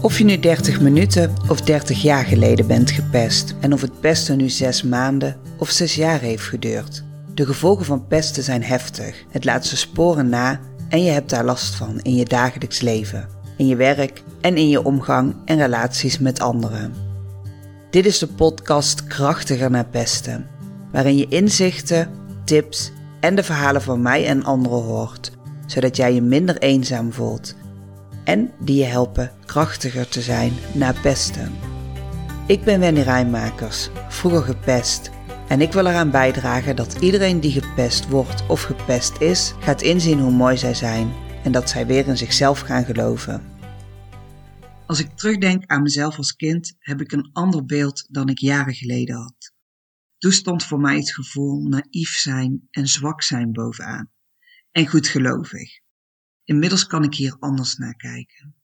Of je nu 30 minuten of 30 jaar geleden bent gepest en of het pesten nu 6 maanden of 6 jaar heeft geduurd. De gevolgen van pesten zijn heftig. Het laat zijn sporen na en je hebt daar last van in je dagelijks leven, in je werk en in je omgang en relaties met anderen. Dit is de podcast Krachtiger na pesten, waarin je inzichten, tips en de verhalen van mij en anderen hoort, zodat jij je minder eenzaam voelt en die je helpen krachtiger te zijn na pesten. Ik ben Wendy Rijnmakers, vroeger gepest, en ik wil eraan bijdragen dat iedereen die gepest wordt of gepest is, gaat inzien hoe mooi zij zijn en dat zij weer in zichzelf gaan geloven. Als ik terugdenk aan mezelf als kind, heb ik een ander beeld dan ik jaren geleden had. Toen stond voor mij het gevoel naïef zijn en zwak zijn bovenaan. En goedgelovig. Inmiddels kan ik hier anders naar kijken.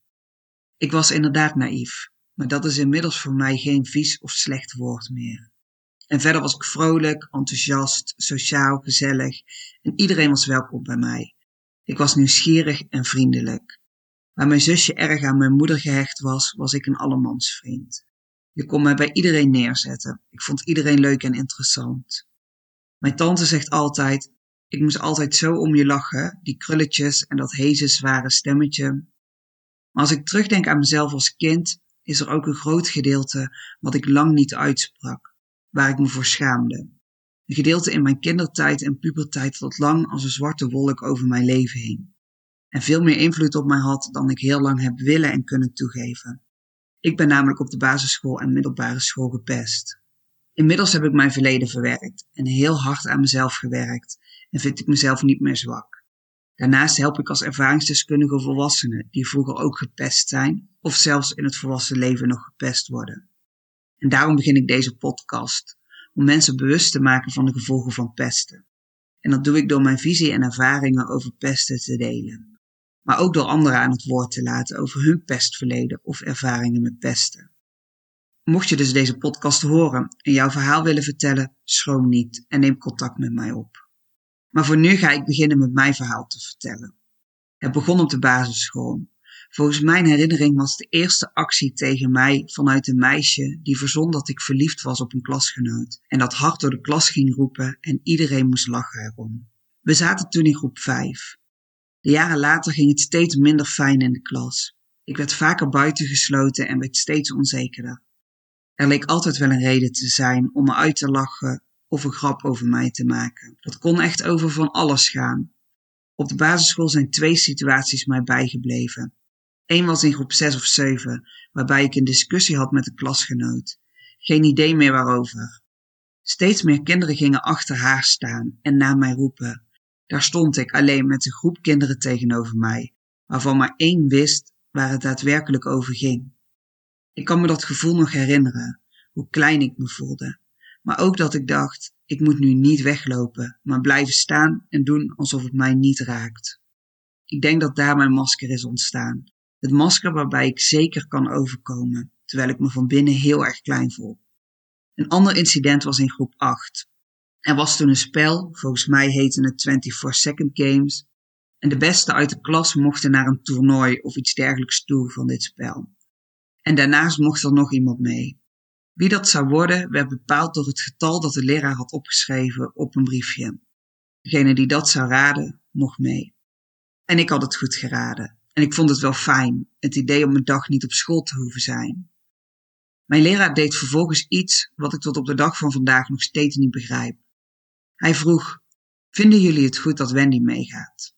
Ik was inderdaad naïef, maar dat is inmiddels voor mij geen vies of slecht woord meer. En verder was ik vrolijk, enthousiast, sociaal, gezellig en iedereen was welkom bij mij. Ik was nieuwsgierig en vriendelijk. Waar mijn zusje erg aan mijn moeder gehecht was, was ik een allemansvriend. Je kon mij bij iedereen neerzetten. Ik vond iedereen leuk en interessant. Mijn tante zegt altijd, ik moest altijd zo om je lachen, die krulletjes en dat heze zware stemmetje. Maar als ik terugdenk aan mezelf als kind, is er ook een groot gedeelte wat ik lang niet uitsprak, waar ik me voor schaamde. Een gedeelte in mijn kindertijd en pubertijd dat lang als een zwarte wolk over mijn leven hing. En veel meer invloed op mij had dan ik heel lang heb willen en kunnen toegeven. Ik ben namelijk op de basisschool en middelbare school gepest. Inmiddels heb ik mijn verleden verwerkt en heel hard aan mezelf gewerkt en vind ik mezelf niet meer zwak. Daarnaast help ik als ervaringsdeskundige volwassenen die vroeger ook gepest zijn of zelfs in het volwassen leven nog gepest worden. En daarom begin ik deze podcast, om mensen bewust te maken van de gevolgen van pesten. En dat doe ik door mijn visie en ervaringen over pesten te delen. Maar ook door anderen aan het woord te laten over hun pestverleden of ervaringen met pesten. Mocht je dus deze podcast horen en jouw verhaal willen vertellen, schroom niet en neem contact met mij op. Maar voor nu ga ik beginnen met mijn verhaal te vertellen. Het begon op de basisschool. Volgens mijn herinnering was de eerste actie tegen mij vanuit een meisje die verzon dat ik verliefd was op een klasgenoot en dat hard door de klas ging roepen en iedereen moest lachen erom. We zaten toen in groep 5. De jaren later ging het steeds minder fijn in de klas. Ik werd vaker buitengesloten en werd steeds onzekerder. Er leek altijd wel een reden te zijn om me uit te lachen of een grap over mij te maken. Dat kon echt over van alles gaan. Op de basisschool zijn 2 situaties mij bijgebleven. Eén was in groep 6 of 7, waarbij ik een discussie had met een klasgenoot. Geen idee meer waarover. Steeds meer kinderen gingen achter haar staan en naar mij roepen. Daar stond ik alleen met een groep kinderen tegenover mij, waarvan maar 1 wist waar het daadwerkelijk over ging. Ik kan me dat gevoel nog herinneren, hoe klein ik me voelde. Maar ook dat ik dacht, ik moet nu niet weglopen, maar blijven staan en doen alsof het mij niet raakt. Ik denk dat daar mijn masker is ontstaan. Het masker waarbij ik zeker kan overkomen, terwijl ik me van binnen heel erg klein voel. Een ander incident was in groep 8. Er was toen een spel, volgens mij heette het 24/7 Games, en de beste uit de klas mochten naar een toernooi of iets dergelijks toe van dit spel. En daarnaast mocht er nog iemand mee. Wie dat zou worden, werd bepaald door het getal dat de leraar had opgeschreven op een briefje. Degene die dat zou raden, mocht mee. En ik had het goed geraden. En ik vond het wel fijn, het idee om een dag niet op school te hoeven zijn. Mijn leraar deed vervolgens iets wat ik tot op de dag van vandaag nog steeds niet begrijp. Hij vroeg, vinden jullie het goed dat Wendy meegaat?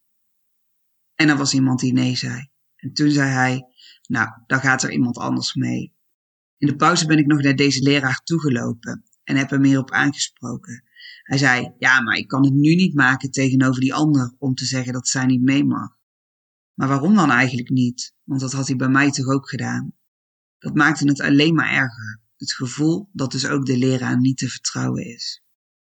En er was iemand die nee zei. En toen zei hij, nou, dan gaat er iemand anders mee. In de pauze ben ik nog naar deze leraar toegelopen en heb hem hierop aangesproken. Hij zei, ja, maar ik kan het nu niet maken tegenover die ander om te zeggen dat zij niet mee mag. Maar waarom dan eigenlijk niet? Want dat had hij bij mij toch ook gedaan. Dat maakte het alleen maar erger. Het gevoel dat dus ook de leraar niet te vertrouwen is.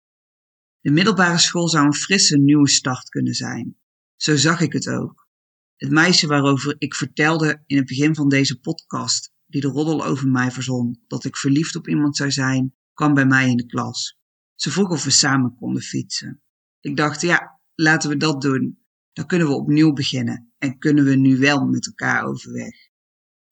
De middelbare school zou een frisse nieuwe start kunnen zijn. Zo zag ik het ook. Het meisje waarover ik vertelde in het begin van deze podcast, die de roddel over mij verzon, dat ik verliefd op iemand zou zijn, kwam bij mij in de klas. Ze vroeg of we samen konden fietsen. Ik dacht, ja, laten we dat doen. Dan kunnen we opnieuw beginnen en kunnen we nu wel met elkaar overweg.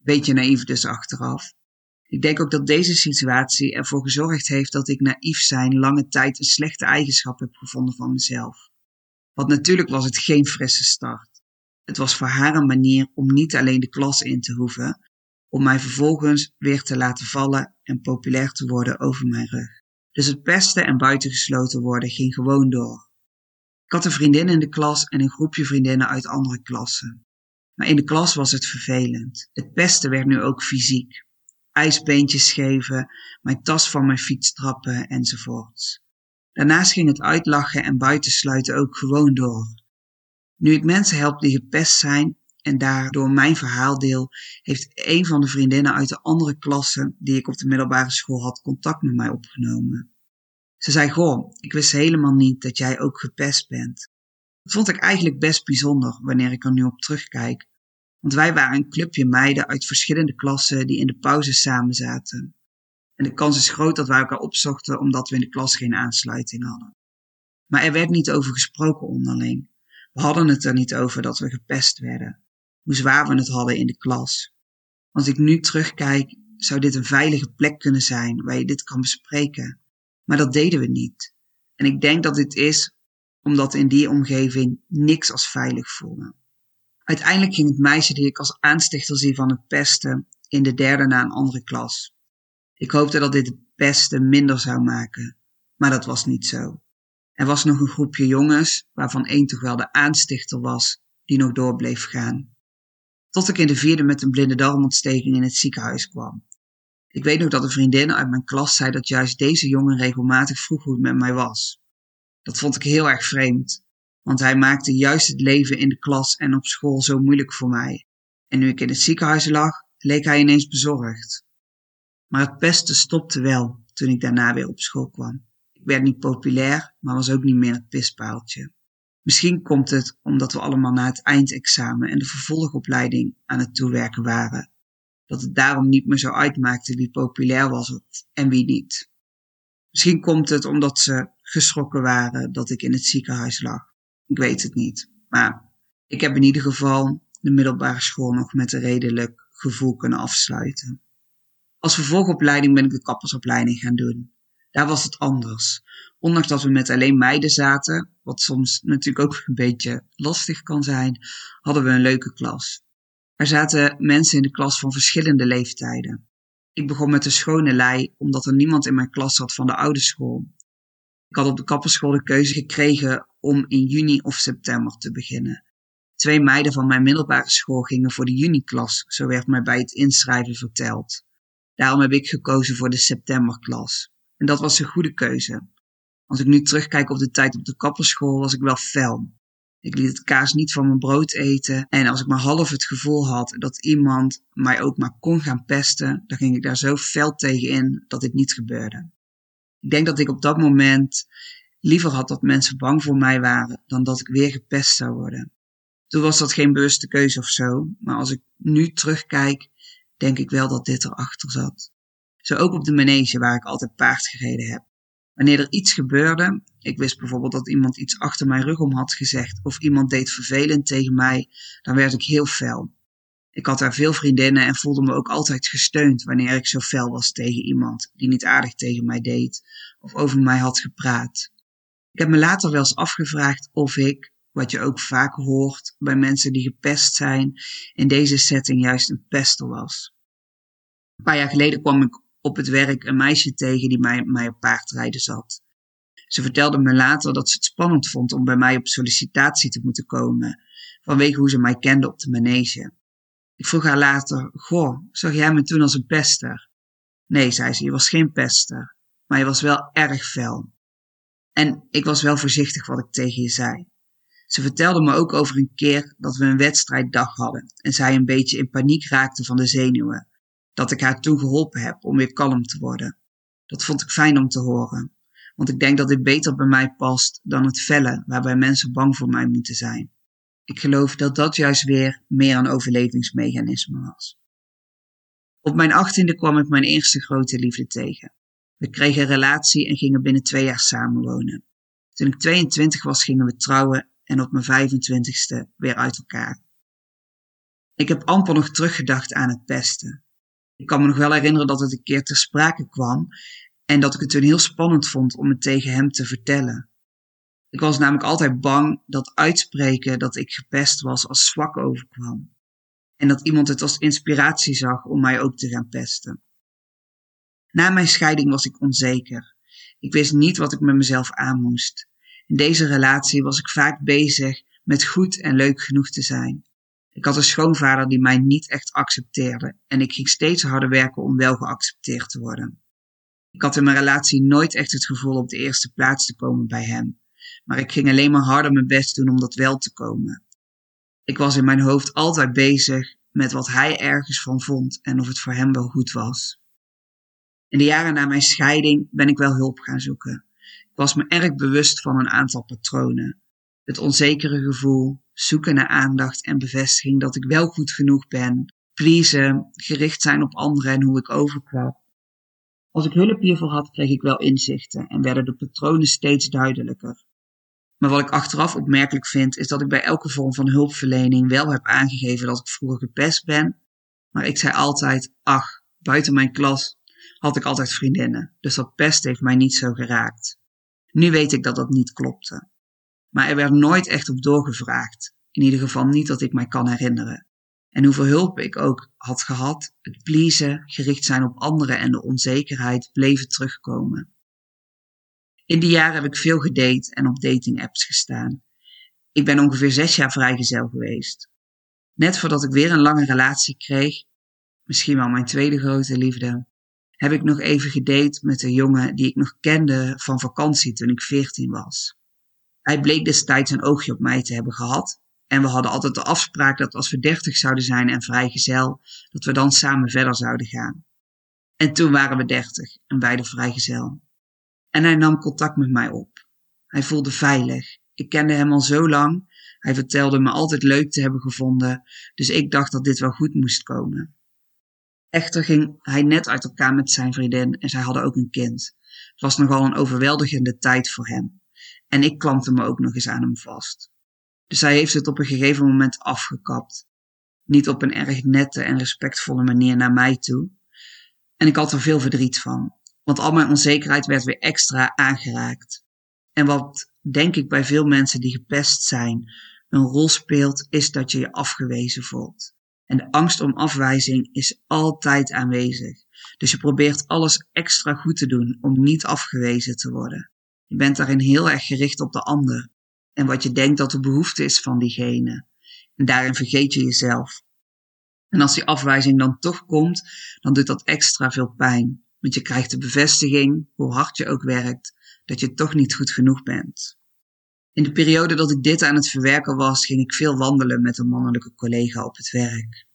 Beetje naïef dus achteraf. Ik denk ook dat deze situatie ervoor gezorgd heeft dat ik naïef zijn lange tijd een slechte eigenschap heb gevonden van mezelf. Want natuurlijk was het geen frisse start. Het was voor haar een manier om niet alleen de klas in te hoeven, om mij vervolgens weer te laten vallen en populair te worden over mijn rug. Dus het pesten en buitengesloten worden ging gewoon door. Ik had een vriendin in de klas en een groepje vriendinnen uit andere klassen. Maar in de klas was het vervelend. Het pesten werd nu ook fysiek. IJsbeentjes geven, mijn tas van mijn fiets trappen enzovoorts. Daarnaast ging het uitlachen en buitensluiten ook gewoon door. Nu ik mensen help die gepest zijn en daardoor mijn verhaal deel, heeft een van de vriendinnen uit de andere klasse die ik op de middelbare school had contact met mij opgenomen. Ze zei, goh, ik wist helemaal niet dat jij ook gepest bent. Dat vond ik eigenlijk best bijzonder wanneer ik er nu op terugkijk. Want wij waren een clubje meiden uit verschillende klassen die in de pauze samen zaten. En de kans is groot dat wij elkaar opzochten omdat we in de klas geen aansluiting hadden. Maar er werd niet over gesproken onderling. We hadden het er niet over dat we gepest werden. Hoe zwaar we het hadden in de klas. Als ik nu terugkijk, zou dit een veilige plek kunnen zijn waar je dit kan bespreken. Maar dat deden we niet. En ik denk dat dit is omdat in die omgeving niks als veilig voelde. Uiteindelijk ging het meisje die ik als aanstichter zie van het pesten in de derde naar een andere klas. Ik hoopte dat dit het pesten minder zou maken, maar dat was niet zo. Er was nog een groepje jongens, waarvan één toch wel de aanstichter was, die nog door bleef gaan. Tot ik in de vierde met een blinde darmontsteking in het ziekenhuis kwam. Ik weet nog dat een vriendin uit mijn klas zei dat juist deze jongen regelmatig vroeg hoe het met mij was. Dat vond ik heel erg vreemd, want hij maakte juist het leven in de klas en op school zo moeilijk voor mij. En nu ik in het ziekenhuis lag, leek hij ineens bezorgd. Maar het pesten stopte wel toen ik daarna weer op school kwam. Ik werd niet populair, maar was ook niet meer het pispaaltje. Misschien komt het omdat we allemaal na het eindexamen en de vervolgopleiding aan het toewerken waren. Dat het daarom niet meer zo uitmaakte wie populair was en wie niet. Misschien komt het omdat ze geschrokken waren dat ik in het ziekenhuis lag. Ik weet het niet, maar ik heb in ieder geval de middelbare school nog met een redelijk gevoel kunnen afsluiten. Als vervolgopleiding ben ik de kappersopleiding gaan doen. Daar was het anders. Ondanks dat we met alleen meiden zaten, wat soms natuurlijk ook een beetje lastig kan zijn, hadden we een leuke klas. Er zaten mensen in de klas van verschillende leeftijden. Ik begon met de schone lei, omdat er niemand in mijn klas zat van de oude school. Ik had op de kapperschool de keuze gekregen om in juni of september te beginnen. 2 meiden van mijn middelbare school gingen voor de juniklas, zo werd mij bij het inschrijven verteld. Daarom heb ik gekozen voor de septemberklas. En dat was een goede keuze. Als ik nu terugkijk op de tijd op de kapperschool, was ik wel fel. Ik liet het kaas niet van mijn brood eten en als ik maar half het gevoel had dat iemand mij ook maar kon gaan pesten, dan ging ik daar zo fel tegen in dat dit niet gebeurde. Ik denk dat ik op dat moment liever had dat mensen bang voor mij waren dan dat ik weer gepest zou worden. Toen was dat geen bewuste keuze of zo, maar als ik nu terugkijk, denk ik wel dat dit erachter zat. Zo ook op de manege waar ik altijd paard gereden heb. Wanneer er iets gebeurde, ik wist bijvoorbeeld dat iemand iets achter mijn rug om had gezegd of iemand deed vervelend tegen mij, dan werd ik heel fel. Ik had daar veel vriendinnen en voelde me ook altijd gesteund wanneer ik zo fel was tegen iemand die niet aardig tegen mij deed of over mij had gepraat. Ik heb me later wel eens afgevraagd of ik, wat je ook vaak hoort bij mensen die gepest zijn, in deze setting juist een pester was. Een paar jaar geleden kwam ik op het werk een meisje tegen die mij op paardrijden zat. Ze vertelde me later dat ze het spannend vond om bij mij op sollicitatie te moeten komen, vanwege hoe ze mij kende op de manege. Ik vroeg haar later, goh, zag jij me toen als een pester? Nee, zei ze, je was geen pester, maar je was wel erg fel. En ik was wel voorzichtig wat ik tegen je zei. Ze vertelde me ook over een keer dat we een wedstrijddag hadden en zij een beetje in paniek raakte van de zenuwen. Dat ik haar toen geholpen heb om weer kalm te worden. Dat vond ik fijn om te horen, want ik denk dat dit beter bij mij past dan het felle waarbij mensen bang voor mij moeten zijn. Ik geloof dat dat juist weer meer een overlevingsmechanisme was. Op mijn 18e kwam ik mijn eerste grote liefde tegen. We kregen een relatie en gingen binnen 2 jaar samenwonen. Toen ik 22 was gingen we trouwen en op mijn 25e weer uit elkaar. Ik heb amper nog teruggedacht aan het pesten. Ik kan me nog wel herinneren dat het een keer ter sprake kwam en dat ik het toen heel spannend vond om het tegen hem te vertellen. Ik was namelijk altijd bang dat uitspreken dat ik gepest was als zwak overkwam. En dat iemand het als inspiratie zag om mij ook te gaan pesten. Na mijn scheiding was ik onzeker. Ik wist niet wat ik met mezelf aan moest. In deze relatie was ik vaak bezig met goed en leuk genoeg te zijn. Ik had een schoonvader die mij niet echt accepteerde en ik ging steeds harder werken om wel geaccepteerd te worden. Ik had in mijn relatie nooit echt het gevoel op de eerste plaats te komen bij hem, maar ik ging alleen maar harder mijn best doen om dat wel te komen. Ik was in mijn hoofd altijd bezig met wat hij ergens van vond en of het voor hem wel goed was. In de jaren na mijn scheiding ben ik wel hulp gaan zoeken. Ik was me erg bewust van een aantal patronen. Het onzekere gevoel, zoeken naar aandacht en bevestiging dat ik wel goed genoeg ben, pleasen, gericht zijn op anderen en hoe ik overkwam. Als ik hulp hiervoor had, kreeg ik wel inzichten en werden de patronen steeds duidelijker. Maar wat ik achteraf opmerkelijk vind, is dat ik bij elke vorm van hulpverlening wel heb aangegeven dat ik vroeger gepest ben, maar ik zei altijd, buiten mijn klas had ik altijd vriendinnen, dus dat pest heeft mij niet zo geraakt. Nu weet ik dat dat niet klopte. Maar er werd nooit echt op doorgevraagd, in ieder geval niet dat ik mij kan herinneren. En hoeveel hulp ik ook had gehad, het pleasen, gericht zijn op anderen en de onzekerheid bleven terugkomen. In die jaren heb ik veel gedate en op datingapps gestaan. Ik ben ongeveer 6 jaar vrijgezel geweest. Net voordat ik weer een lange relatie kreeg, misschien wel mijn tweede grote liefde, heb ik nog even gedate met een jongen die ik nog kende van vakantie toen ik 14 was. Hij bleek destijds een oogje op mij te hebben gehad en we hadden altijd de afspraak dat als we 30 zouden zijn en vrijgezel, dat we dan samen verder zouden gaan. En toen waren we 30 en beide vrijgezel. En hij nam contact met mij op. Hij voelde veilig. Ik kende hem al zo lang. Hij vertelde me altijd leuk te hebben gevonden, dus ik dacht dat dit wel goed moest komen. Echter ging hij net uit elkaar met zijn vriendin en zij hadden ook een kind. Het was nogal een overweldigende tijd voor hem. En ik klampte me ook nog eens aan hem vast. Dus hij heeft het op een gegeven moment afgekapt. Niet op een erg nette en respectvolle manier naar mij toe. En ik had er veel verdriet van. Want al mijn onzekerheid werd weer extra aangeraakt. En wat denk ik bij veel mensen die gepest zijn een rol speelt, is dat je je afgewezen voelt. En de angst om afwijzing is altijd aanwezig. Dus je probeert alles extra goed te doen om niet afgewezen te worden. Je bent daarin heel erg gericht op de ander en wat je denkt dat de behoefte is van diegene. En daarin vergeet je jezelf. En als die afwijzing dan toch komt, dan doet dat extra veel pijn. Want je krijgt de bevestiging, hoe hard je ook werkt, dat je toch niet goed genoeg bent. In de periode dat ik dit aan het verwerken was, ging ik veel wandelen met een mannelijke collega op het werk.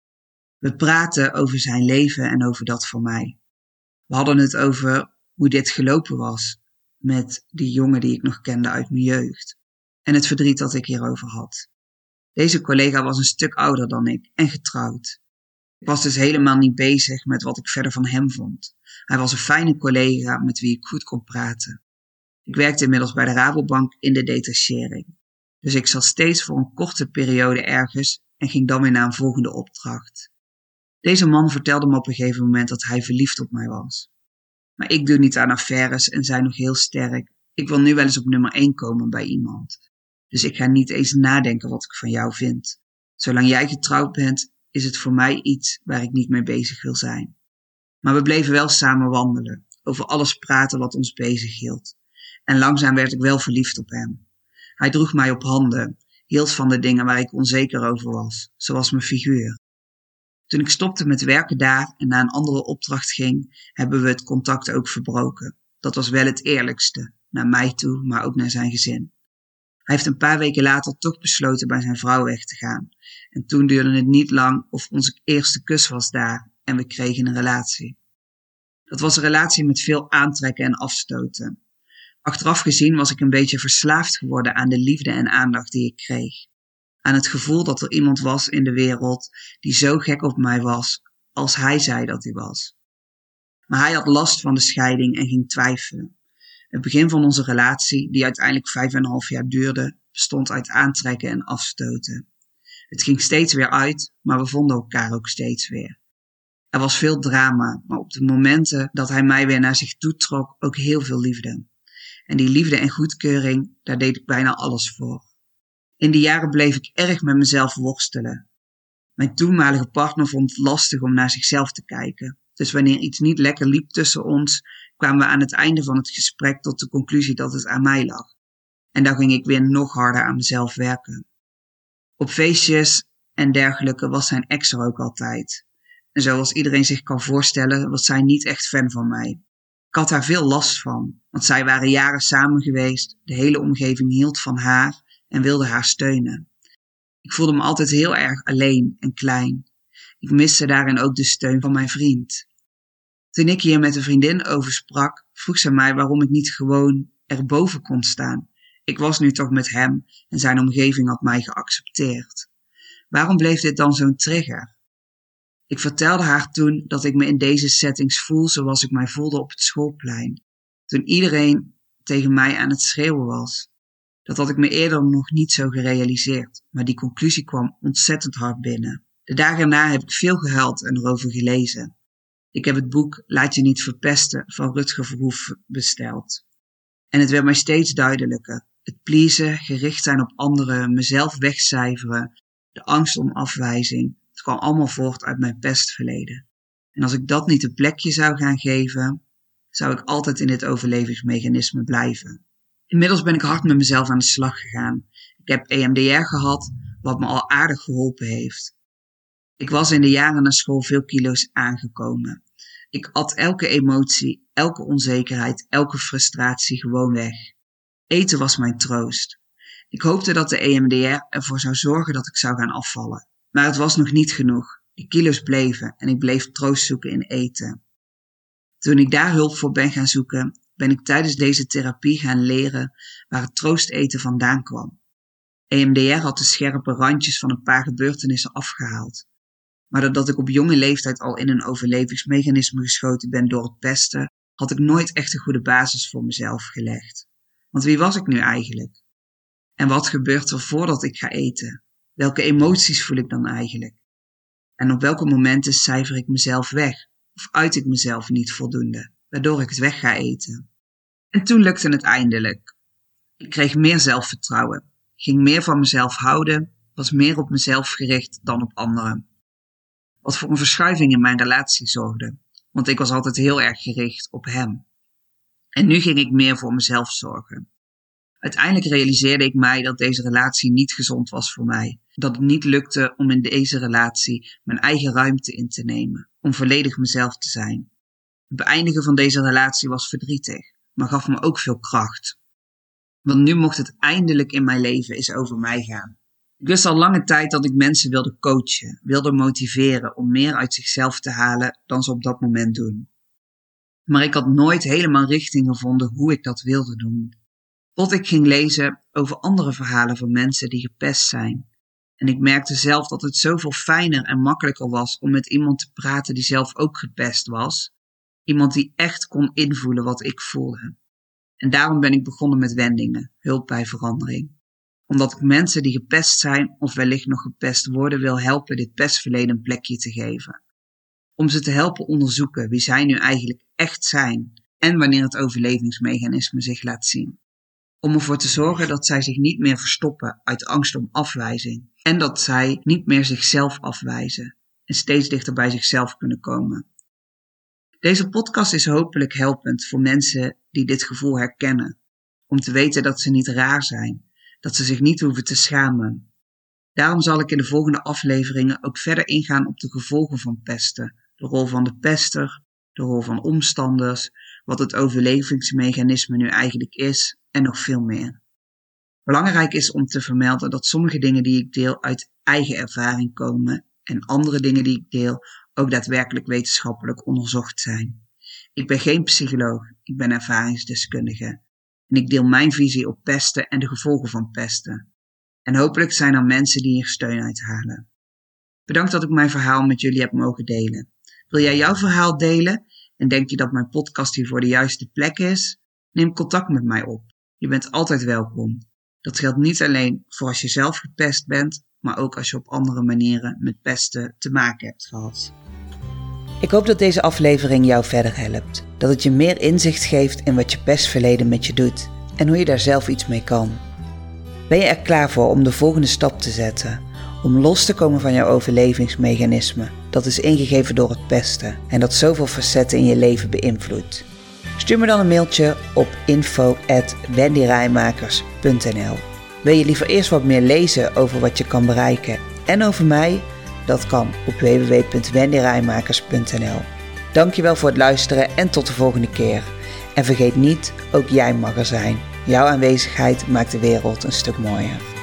We praten over zijn leven en over dat van mij. We hadden het over hoe dit gelopen was met die jongen die ik nog kende uit mijn jeugd. En het verdriet dat ik hierover had. Deze collega was een stuk ouder dan ik en getrouwd. Ik was dus helemaal niet bezig met wat ik verder van hem vond. Hij was een fijne collega met wie ik goed kon praten. Ik werkte inmiddels bij de Rabobank in de detachering. Dus ik zat steeds voor een korte periode ergens en ging dan weer naar een volgende opdracht. Deze man vertelde me op een gegeven moment dat hij verliefd op mij was. Maar ik doe niet aan affaires en zei nog heel sterk, ik wil nu wel eens op nummer 1 komen bij iemand. Dus ik ga niet eens nadenken wat ik van jou vind. Zolang jij getrouwd bent, is het voor mij iets waar ik niet mee bezig wil zijn. Maar we bleven wel samen wandelen, over alles praten wat ons bezig hield. En langzaam werd ik wel verliefd op hem. Hij droeg mij op handen, hield van de dingen waar ik onzeker over was, zoals mijn figuur. Toen ik stopte met werken daar en naar een andere opdracht ging, hebben we het contact ook verbroken. Dat was wel het eerlijkste, naar mij toe, maar ook naar zijn gezin. Hij heeft een paar weken later toch besloten bij zijn vrouw weg te gaan. En toen duurde het niet lang of onze eerste kus was daar en we kregen een relatie. Dat was een relatie met veel aantrekken en afstoten. Achteraf gezien was ik een beetje verslaafd geworden aan de liefde en aandacht die ik kreeg. Aan het gevoel dat er iemand was in de wereld die zo gek op mij was als hij zei dat hij was. Maar hij had last van de scheiding en ging twijfelen. Het begin van onze relatie, die uiteindelijk 5,5 jaar duurde, bestond uit aantrekken en afstoten. Het ging steeds weer uit, maar we vonden elkaar ook steeds weer. Er was veel drama, maar op de momenten dat hij mij weer naar zich toe trok, ook heel veel liefde. En die liefde en goedkeuring, daar deed ik bijna alles voor. In die jaren bleef ik erg met mezelf worstelen. Mijn toenmalige partner vond het lastig om naar zichzelf te kijken. Dus wanneer iets niet lekker liep tussen ons, kwamen we aan het einde van het gesprek tot de conclusie dat het aan mij lag. En dan ging ik weer nog harder aan mezelf werken. Op feestjes en dergelijke was zijn ex er ook altijd. En zoals iedereen zich kan voorstellen, was zij niet echt fan van mij. Ik had daar veel last van, want zij waren jaren samen geweest, de hele omgeving hield van haar en wilde haar steunen. Ik voelde me altijd heel erg alleen en klein. Ik miste daarin ook de steun van mijn vriend. Toen ik hier met een vriendin over sprak, vroeg ze mij waarom ik niet gewoon erboven kon staan. Ik was nu toch met hem en zijn omgeving had mij geaccepteerd. Waarom bleef dit dan zo'n trigger? Ik vertelde haar toen dat ik me in deze settings voel zoals ik mij voelde op het schoolplein. Toen iedereen tegen mij aan het schreeuwen was. Dat had ik me eerder nog niet zo gerealiseerd, maar die conclusie kwam ontzettend hard binnen. De dagen erna heb ik veel gehuild en erover gelezen. Ik heb het boek Laat je niet verpesten van Rutger Verhoef besteld. En het werd mij steeds duidelijker. Het pleasen, gericht zijn op anderen, mezelf wegcijferen, de angst om afwijzing. Het kwam allemaal voort uit mijn pestverleden. En als ik dat niet een plekje zou gaan geven, zou ik altijd in dit overlevingsmechanisme blijven. Inmiddels ben ik hard met mezelf aan de slag gegaan. Ik heb EMDR gehad, wat me al aardig geholpen heeft. Ik was in de jaren na school veel kilo's aangekomen. Ik at elke emotie, elke onzekerheid, elke frustratie gewoon weg. Eten was mijn troost. Ik hoopte dat de EMDR ervoor zou zorgen dat ik zou gaan afvallen. Maar het was nog niet genoeg. De kilo's bleven en ik bleef troost zoeken in eten. Toen ik daar hulp voor ben gaan zoeken, ben ik tijdens deze therapie gaan leren waar het troosteten vandaan kwam. EMDR had de scherpe randjes van een paar gebeurtenissen afgehaald. Maar doordat ik op jonge leeftijd al in een overlevingsmechanisme geschoten ben door het pesten, had ik nooit echt een goede basis voor mezelf gelegd. Want wie was ik nu eigenlijk? En wat gebeurt er voordat ik ga eten? Welke emoties voel ik dan eigenlijk? En op welke momenten cijfer ik mezelf weg? Of uit ik mezelf niet voldoende, waardoor ik het weg ga eten? En toen lukte het eindelijk. Ik kreeg meer zelfvertrouwen, ging meer van mezelf houden, was meer op mezelf gericht dan op anderen. Wat voor een verschuiving in mijn relatie zorgde, want ik was altijd heel erg gericht op hem. En nu ging ik meer voor mezelf zorgen. Uiteindelijk realiseerde ik mij dat deze relatie niet gezond was voor mij. Dat het niet lukte om in deze relatie mijn eigen ruimte in te nemen, om volledig mezelf te zijn. Het beëindigen van deze relatie was verdrietig, maar gaf me ook veel kracht. Want nu mocht het eindelijk in mijn leven eens over mij gaan. Ik wist al lange tijd dat ik mensen wilde coachen, wilde motiveren om meer uit zichzelf te halen dan ze op dat moment doen. Maar ik had nooit helemaal richting gevonden hoe ik dat wilde doen. Tot ik ging lezen over andere verhalen van mensen die gepest zijn. En ik merkte zelf dat het zoveel fijner en makkelijker was om met iemand te praten die zelf ook gepest was. Iemand die echt kon invoelen wat ik voelde. En daarom ben ik begonnen met wendingen, hulp bij verandering. Omdat ik mensen die gepest zijn of wellicht nog gepest worden wil helpen dit pestverleden een plekje te geven. Om ze te helpen onderzoeken wie zij nu eigenlijk echt zijn en wanneer het overlevingsmechanisme zich laat zien. Om ervoor te zorgen dat zij zich niet meer verstoppen uit angst om afwijzing en dat zij niet meer zichzelf afwijzen en steeds dichter bij zichzelf kunnen komen. Deze podcast is hopelijk helpend voor mensen die dit gevoel herkennen, om te weten dat ze niet raar zijn, dat ze zich niet hoeven te schamen. Daarom zal ik in de volgende afleveringen ook verder ingaan op de gevolgen van pesten, de rol van de pester, de rol van omstanders, wat het overlevingsmechanisme nu eigenlijk is en nog veel meer. Belangrijk is om te vermelden dat sommige dingen die ik deel uit eigen ervaring komen en andere dingen die ik deel ook daadwerkelijk wetenschappelijk onderzocht zijn. Ik ben geen psycholoog, ik ben ervaringsdeskundige en ik deel mijn visie op pesten en de gevolgen van pesten. En hopelijk zijn er mensen die hier steun uit halen. Bedankt dat ik mijn verhaal met jullie heb mogen delen. Wil jij jouw verhaal delen en denk je dat mijn podcast hier voor de juiste plek is? Neem contact met mij op. Je bent altijd welkom. Dat geldt niet alleen voor als je zelf gepest bent, maar ook als je op andere manieren met pesten te maken hebt gehad. Ik hoop dat deze aflevering jou verder helpt. Dat het je meer inzicht geeft in wat je pestverleden met je doet en hoe je daar zelf iets mee kan. Ben je er klaar voor om de volgende stap te zetten? Om los te komen van jouw overlevingsmechanisme dat is ingegeven door het pesten en dat zoveel facetten in je leven beïnvloedt? Stuur me dan een mailtje op info@wendyrijmakers.nl. Wil je liever eerst wat meer lezen over wat je kan bereiken en over mij? Dat kan op www.wendyrijmakers.nl. Dankjewel voor het luisteren en tot de volgende keer. En vergeet niet, ook jij mag er zijn. Jouw aanwezigheid maakt de wereld een stuk mooier.